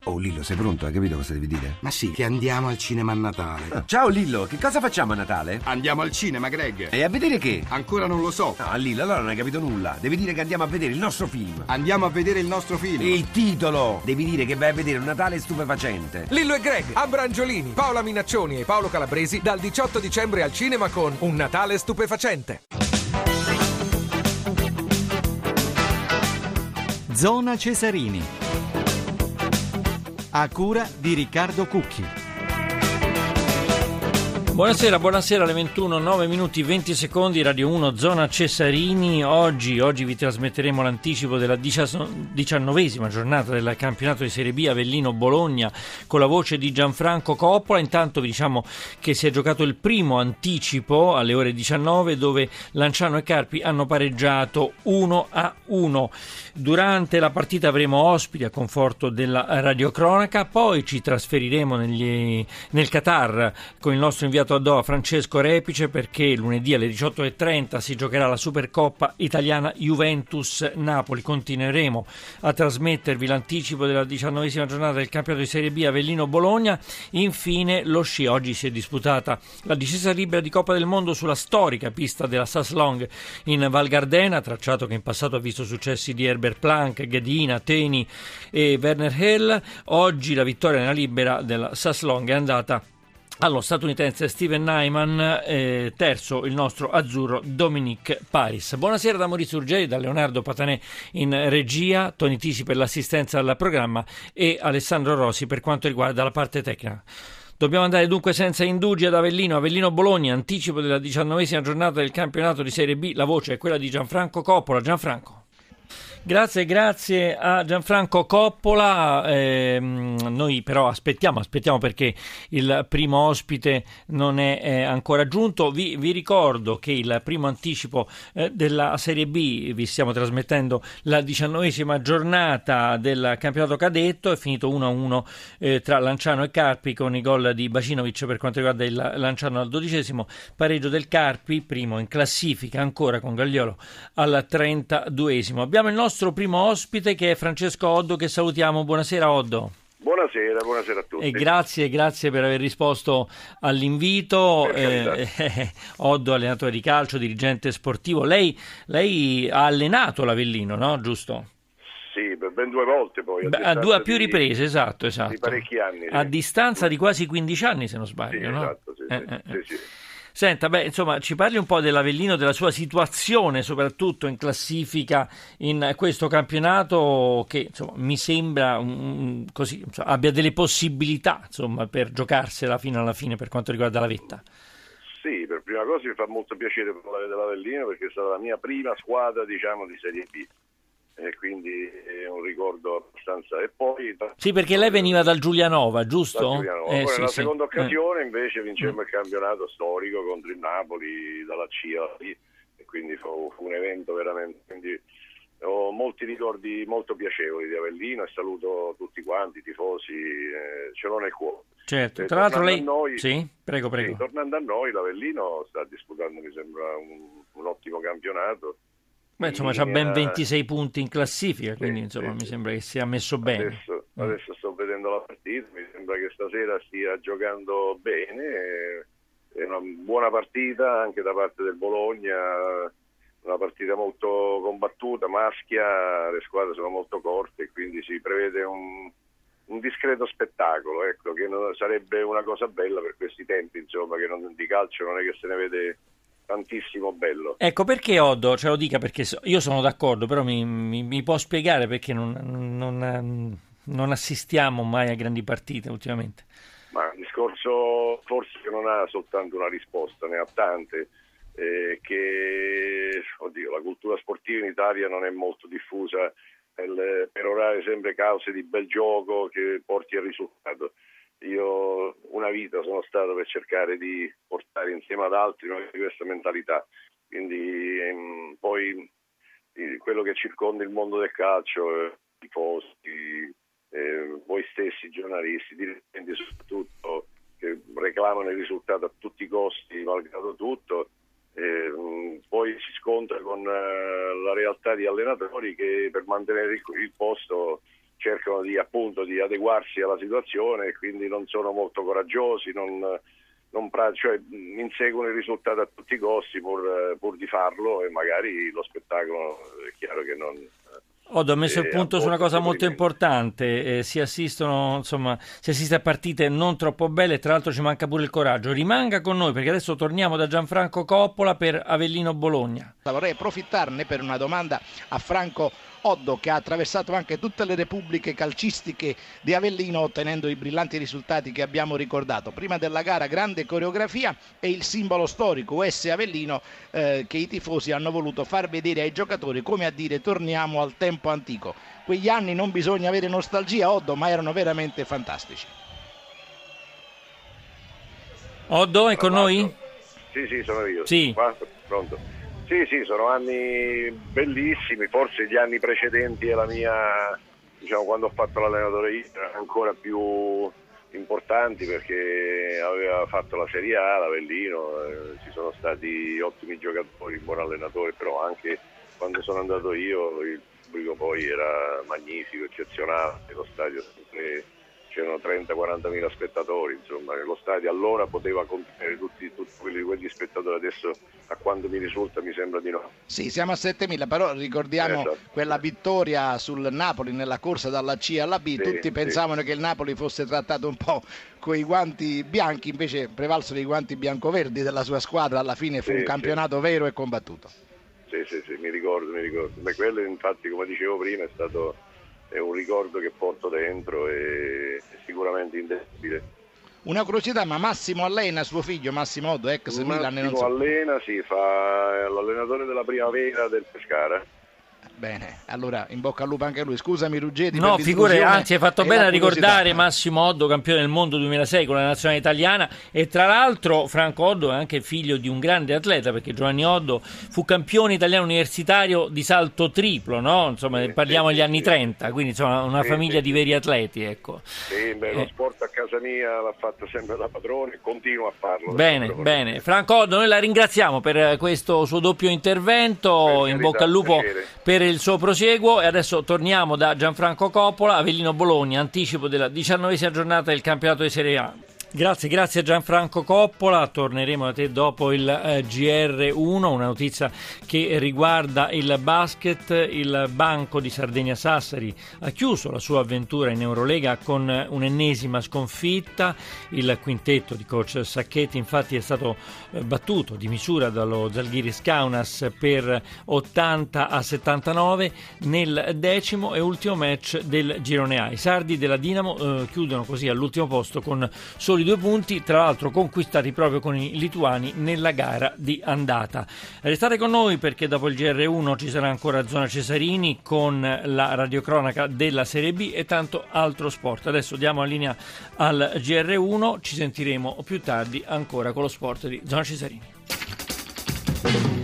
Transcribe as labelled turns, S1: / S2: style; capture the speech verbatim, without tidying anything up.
S1: Oh Lillo, sei pronto? Hai capito cosa devi dire?
S2: Ma sì, che andiamo al cinema a Natale.
S1: Ah, ciao Lillo, che cosa facciamo a Natale?
S2: Andiamo al cinema, Greg.
S1: E a vedere che?
S2: Ancora non lo so.
S1: No, Lillo, allora non hai capito nulla. Devi dire che andiamo a vedere il nostro film.
S2: Andiamo a vedere il nostro film.
S1: Il titolo! Devi dire che vai a vedere un Natale stupefacente.
S3: Lillo e Greg, Abrangiolini, Paola Minaccioni e Paolo Calabresi dal diciotto dicembre al cinema con Un Natale stupefacente.
S4: Zona Cesarini, a cura di Riccardo Cucchi.
S5: Buonasera, buonasera alle ventuno, nove minuti venti secondi, Radio uno, Zona Cesarini. Oggi, oggi vi trasmetteremo l'anticipo della diciannovesima giornata del campionato di Serie B Avellino-Bologna con la voce di Gianfranco Coppola. Intanto vi diciamo che si è giocato il primo anticipo alle ore diciannove, dove Lanciano e Carpi hanno pareggiato uno a uno. Durante la partita avremo ospiti a conforto della radiocronaca, poi ci trasferiremo negli, nel Qatar con il nostro inviato a Doha Francesco Repice, perché lunedì alle diciotto e trenta si giocherà la Supercoppa italiana Juventus-Napoli. Continueremo a trasmettervi l'anticipo della diciannovesima giornata del campionato di Serie B Avellino-Bologna. Infine lo sci. Oggi si è disputata la discesa libera di Coppa del Mondo sulla storica pista della Saslong in Val Gardena, tracciato che in passato ha visto successi di Herbert Planck, Ghedina, Teni e Werner Hell. Oggi la vittoria nella libera della Saslong è andata allo statunitense Steven Nyman, eh, terzo il nostro azzurro Dominique Paris. Buonasera da Maurizio Urgeli, da Leonardo Patanè in regia, Toni Tisi per l'assistenza al programma e Alessandro Rossi per quanto riguarda la parte tecnica. Dobbiamo andare dunque senza indugi ad Avellino, Avellino-Bologna, anticipo della diciannovesima giornata del campionato di Serie B. La voce è quella di Gianfranco Coppola. Gianfranco. Grazie, grazie a Gianfranco Coppola. Eh, noi però aspettiamo, aspettiamo perché il primo ospite non è eh, ancora giunto. Vi, vi ricordo che il primo anticipo eh, della Serie B, vi stiamo trasmettendo la diciannovesima giornata del campionato cadetto, è finito uno a uno eh, tra Lanciano e Carpi con i gol di Bacinovic per quanto riguarda il Lanciano al dodicesimo, pareggio del Carpi, primo in classifica ancora con Gagliolo al trentaduesimo. Abbiamo il nostro primo ospite che è Francesco Oddo, che salutiamo. Buonasera Oddo.
S6: Buonasera, buonasera a tutti.
S5: E grazie, grazie per aver risposto all'invito. Eh, eh, Oddo, allenatore di calcio, dirigente sportivo. Lei, lei ha allenato l'Avellino, no? Giusto?
S6: Sì, per ben due volte poi. A,
S5: Beh, a due a più di, riprese, esatto, esatto.
S6: Di parecchi anni. Sì.
S5: A distanza di quasi quindici anni, se non sbaglio,
S6: sì,
S5: no?
S6: Esatto, sì,
S5: eh,
S6: sì,
S5: eh,
S6: sì, sì.
S5: Senta, beh, insomma, ci parli un po' dell'Avellino, della sua situazione, soprattutto in classifica in questo campionato, che insomma mi sembra um, così, insomma, abbia delle possibilità, insomma, per giocarsela fino alla fine per quanto riguarda la vetta.
S6: Sì, per prima cosa mi fa molto piacere parlare dell'Avellino perché è stata la mia prima squadra, diciamo, di Serie B. E quindi è un ricordo abbastanza. E poi
S5: sì, perché lei veniva dal Giulianova, giusto?
S6: Dal Giulianova.
S5: Eh,
S6: poi
S5: sì,
S6: nella
S5: sì.
S6: seconda occasione
S5: eh.
S6: invece vincemmo il campionato storico contro il Napoli dalla C I A, e quindi fu, fu un evento veramente. Quindi ho molti ricordi molto piacevoli di Avellino e saluto tutti quanti, i tifosi, eh, ce l'ho nel cuore.
S5: Certo,
S6: e
S5: tra l'altro lei.
S6: Noi,
S5: sì, prego, prego.
S6: Sì, tornando a noi, l'Avellino sta disputando, mi sembra, un, un ottimo campionato.
S5: Beh, insomma, c'ha ben ventisei punti in classifica, quindi sì, insomma sì, mi sì. sembra che sia messo bene.
S6: Adesso, mm. adesso sto vedendo la partita, mi sembra che stasera stia giocando bene, è una buona partita anche da parte del Bologna, una partita molto combattuta, maschia, le squadre sono molto corte e quindi si prevede un, un discreto spettacolo, ecco, che non, sarebbe una cosa bella per questi tempi, insomma, che non, di calcio non è che se ne vede tantissimo bello.
S5: Ecco, perché Oddo, ce lo dica, perché io sono d'accordo, però mi, mi, mi può spiegare perché non, non, non assistiamo mai a grandi partite ultimamente?
S6: Ma il discorso forse non ha soltanto una risposta, ne ha tante, eh, che oddio, la cultura sportiva in Italia non è molto diffusa per perorare sempre cause di bel gioco che porti al risultato. Io una vita sono stato per cercare di portare insieme ad altri questa mentalità, quindi ehm, poi eh, quello che circonda il mondo del calcio, eh, i tifosi, eh, voi stessi giornalisti, dirigenti soprattutto, che reclamano il risultato a tutti i costi, malgrado tutto, eh, poi si scontra con eh, la realtà di allenatori che per mantenere il, il posto cercano di appunto di adeguarsi alla situazione e quindi non sono molto coraggiosi, non, non pra- cioè, inseguono il risultato a tutti i costi pur, pur di farlo, e magari lo spettacolo è chiaro che non...
S5: Oddo ha messo il punto su una cosa molto importante, eh, si assistono, insomma, si assiste a partite non troppo belle e tra l'altro ci manca pure il coraggio. Rimanga con noi perché adesso torniamo da Gianfranco Coppola per Avellino Bologna.
S7: Vorrei approfittarne per una domanda a Franco Oddo, che ha attraversato anche tutte le repubbliche calcistiche di Avellino ottenendo i brillanti risultati che abbiamo ricordato. Prima della gara grande coreografia e il simbolo storico U S Avellino eh, che i tifosi hanno voluto far vedere ai giocatori, come a dire torniamo al tempo antico. Quegli anni non bisogna avere nostalgia, Oddo, ma erano veramente fantastici.
S5: Oddo è con noi?
S6: Sì, sì, sono io.
S5: Sì.
S6: Qua, pronto. Sì, sì, sono anni bellissimi, forse gli anni precedenti alla mia, diciamo, quando ho fatto l'allenatore io, erano ancora più importanti perché aveva fatto la Serie A, l'Avellino, eh, ci sono stati ottimi giocatori, buon allenatore, però anche quando sono andato io il pubblico poi era magnifico, eccezionale, lo stadio sempre... c'erano trenta quaranta mila spettatori, insomma, nello stadio allora poteva contenere tutti, tutti quelli, quegli spettatori, adesso a quanto mi risulta mi sembra di no.
S7: Sì, siamo a settemila, però ricordiamo
S6: esatto.
S7: quella vittoria sul Napoli nella corsa dalla C alla B,
S6: sì,
S7: tutti
S6: sì.
S7: pensavano che il Napoli fosse trattato un po' con i guanti bianchi, invece prevalsero i guanti biancoverdi della sua squadra, alla fine fu
S6: sì,
S7: un campionato
S6: sì.
S7: vero e combattuto.
S6: Sì, sì, sì, mi ricordo, mi ricordo. Beh, quello infatti, come dicevo prima, è stato... è un ricordo che porto dentro e è sicuramente indelebile.
S7: Una curiosità, ma Massimo allena suo figlio, Massimo Oddo, ex Milan?
S6: Massimo
S7: Non so.
S6: allena, sì, fa l'allenatore della primavera del Pescara.
S7: Bene, allora in bocca al lupo anche lui. Scusami Ruggeri.
S5: No,
S7: per
S5: figure, anzi hai fatto bene a ricordare
S7: curiosità.
S5: Massimo Oddo, campione del mondo duemilasei con la nazionale italiana, e tra l'altro Franco Oddo è anche figlio di un grande atleta, perché Giovanni Oddo fu campione italiano universitario di salto triplo, no? Insomma,
S6: sì,
S5: parliamo
S6: sì,
S5: degli anni
S6: sì.
S5: trenta, quindi insomma una
S6: sì,
S5: famiglia
S6: sì,
S5: di veri atleti, ecco.
S6: Sì, beh, lo
S5: Eh.
S6: sport a casa mia l'ha fatto sempre la padrone e continua a farlo.
S5: Bene, bene. Franco Oddo, noi la ringraziamo per questo suo doppio intervento,
S6: Per
S5: in
S6: carità,
S5: bocca al lupo
S6: piacere.
S5: per il suo prosieguo, e adesso torniamo da Gianfranco Coppola, Avellino Bologna, anticipo della diciannovesima giornata del campionato di Serie A. Grazie, grazie a Gianfranco Coppola, torneremo da te dopo il eh, G R uno, una notizia che riguarda il basket. Il Banco di Sardegna Sassari ha chiuso la sua avventura in Eurolega con un'ennesima sconfitta. Il quintetto di coach Sacchetti infatti è stato eh, battuto di misura dallo Zalgiris Kaunas per ottanta a settantanove nel decimo e ultimo match del girone A. I sardi della Dinamo eh, chiudono così all'ultimo posto con soli due punti, tra l'altro conquistati proprio con i lituani nella gara di andata. Restate con noi perché dopo il G R uno ci sarà ancora Zona Cesarini con la radiocronaca della Serie B e tanto altro sport. Adesso diamo la linea al G R uno, ci sentiremo più tardi ancora con lo sport di Zona Cesarini.